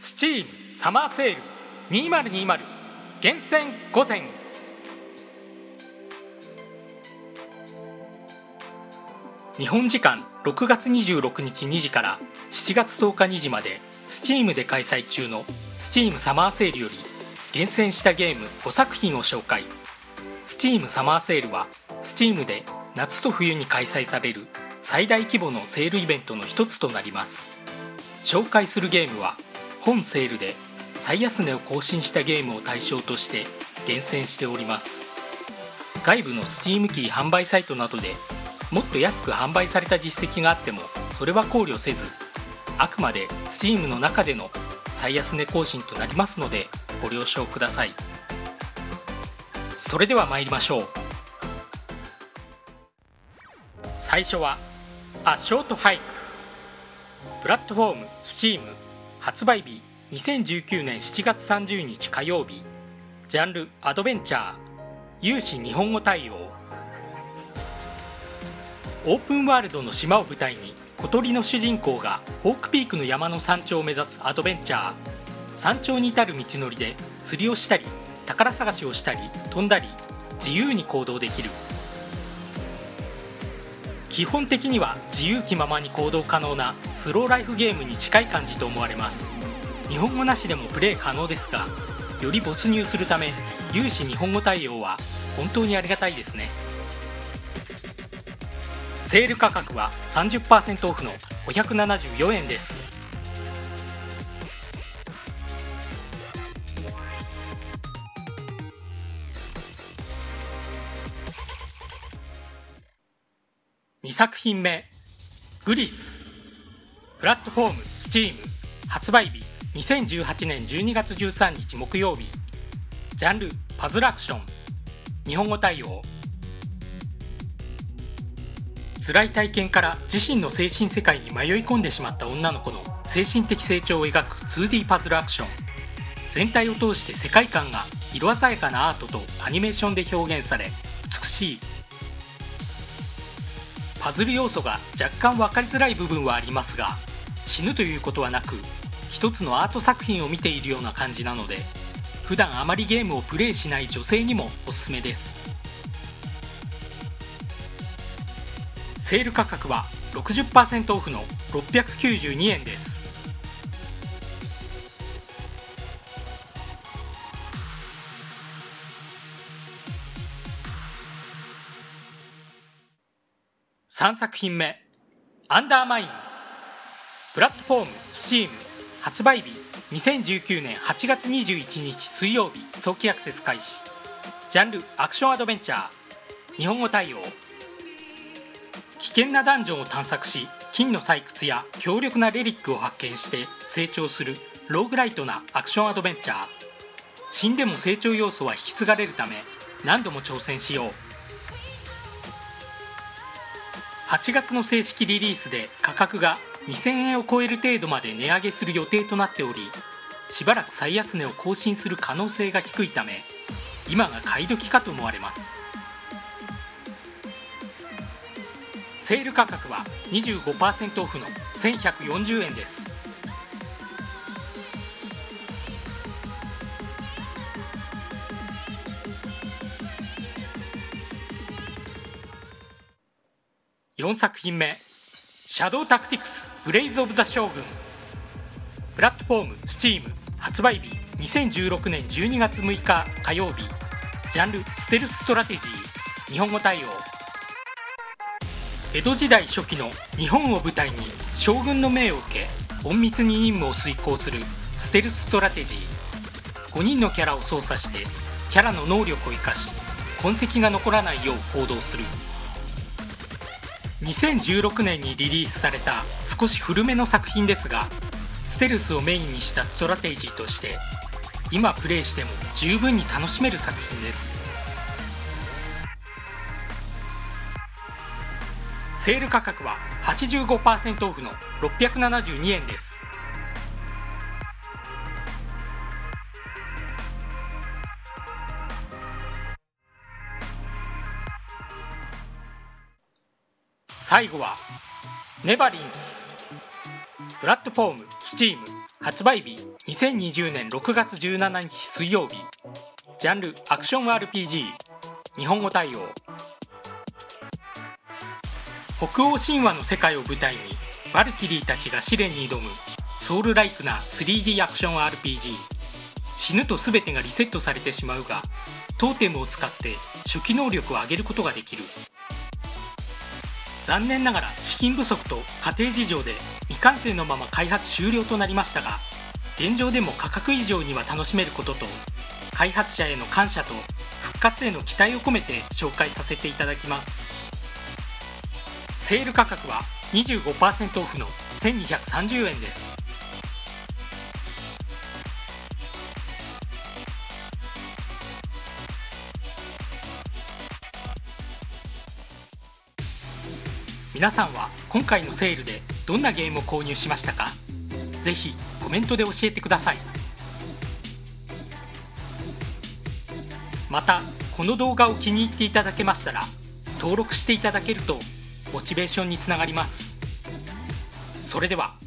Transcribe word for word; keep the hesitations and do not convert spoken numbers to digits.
スチームサマーセールにせんにじゅう厳選ごせん。日本時間ろくがつにじゅうろくにちにじからしちがつとおかにじまで Steam で開催中の Steam サマーセールより厳選したゲームごさくひんを紹介。 Steam サマーセールは Steam で夏と冬に開催される最大規模のセールイベントの一つとなります。紹介するゲームは本セールで最安値を更新したゲームを対象として厳選しております。外部の Steam キー販売サイトなどでもっと安く販売された実績があってもそれは考慮せず、あくまで Steam の中での最安値更新となりますのでご了承ください。それでは参りましょう。最初は A Short Hike。 プラットフォーム Steam、 発売日にせんじゅうきゅうねんしちがつさんじゅうにち火曜日。ジャンルアドベンチャー、有志日本語対応。オープンワールドの島を舞台に小鳥の主人公がホークピークの山の山頂を目指すアドベンチャー。山頂に至る道のりで釣りをしたり宝探しをしたり飛んだり自由に行動できる。基本的には自由気ままに行動可能なスローライフゲームに近い感じと思われます。日本語なしでもプレイ可能ですが、より没入するため有志日本語対応は本当にありがたいですね。セール価格は さんじゅっパーセント オフのごひゃくななじゅうよえんです。にさくひんめ、グリス。プラットフォーム Steam、 発売日にせんじゅうはちねんじゅうにがつじゅうさんにち木曜日。ジャンルパズルアクション、日本語対応。辛い体験から自身の精神世界に迷い込んでしまった女の子の精神的成長を描く ツーディー パズルアクション。全体を通して世界観が色鮮やかなアートとアニメーションで表現され美しい。パズル要素が若干分かりづらい部分はありますが、死ぬということはなく一つのアート作品を見ているような感じなので、普段あまりゲームをプレイしない女性にもおすすめです。セール価格は ろくじゅっパーセント オフのろっぴゃくきゅうじゅうにえんです。さんさくひんめ、アンダーマイン。プラットフォーム Steam、 発売日にせんじゅうきゅうねんはちがつにじゅういちにち水曜日。早期アクセス開始。ジャンルアクションアドベンチャー、日本語対応。危険なダンジョンを探索し金の採掘や強力なレリックを発見して成長するローグライトなアクションアドベンチャー。死んでも成長要素は引き継がれるため何度も挑戦しよう。はちがつの正式リリースで価格がにせんえんを超える程度まで値上げする予定となっており、しばらく最安値を更新する可能性が低いため今が買い時かと思われます。セール価格は にじゅうごパーセント オフのせんひゃくよんじゅうえんです。よんさくひんめ、シャドウタクティクスブレイズ・オブ・ザ・将軍。プラットフォーム Steam、 発売日にせんじゅうろくねんじゅうにがつむいか火曜日。ジャンルステルスストラテジー、日本語対応。江戸時代初期の日本を舞台に将軍の命を受け隠密に任務を遂行するステルスストラテジー。ごにんのキャラを操作してキャラの能力を生かし痕跡が残らないよう行動する。にせんじゅうろくねんにリリースされた少し古めの作品ですが、ステルスをメインにしたストラテジーとして今プレイしても十分に楽しめる作品です。セール価格は はちじゅうごパーセント オフのろっぴゃくななじゅうにえんです。最後はネバリンス。プラットフォーム Steam、発売日にせんにじゅうねんろくがつじゅうしちにち水曜日。ジャンルアクション アールピージー、 日本語対応。北欧神話の世界を舞台にヴァルキリーたちが試練に挑むソウルライクな スリーディー アクション アールピージー。 死ぬと全てがリセットされてしまうが、トーテムを使って初期能力を上げることができる。残念ながら資金不足と家庭事情で未完成のまま開発終了となりましたが、現状でも価格以上には楽しめることと、開発者への感謝と復活への期待を込めて紹介させていただきます。セール価格は にじゅうごパーセント オフのせんにひゃくさんじゅうえんです。皆さんは今回のセールでどんなゲームを購入しましたか？ぜひコメントで教えてください。またこの動画を気に入っていただけましたら登録していただけるとモチベーションにつながります。それでは。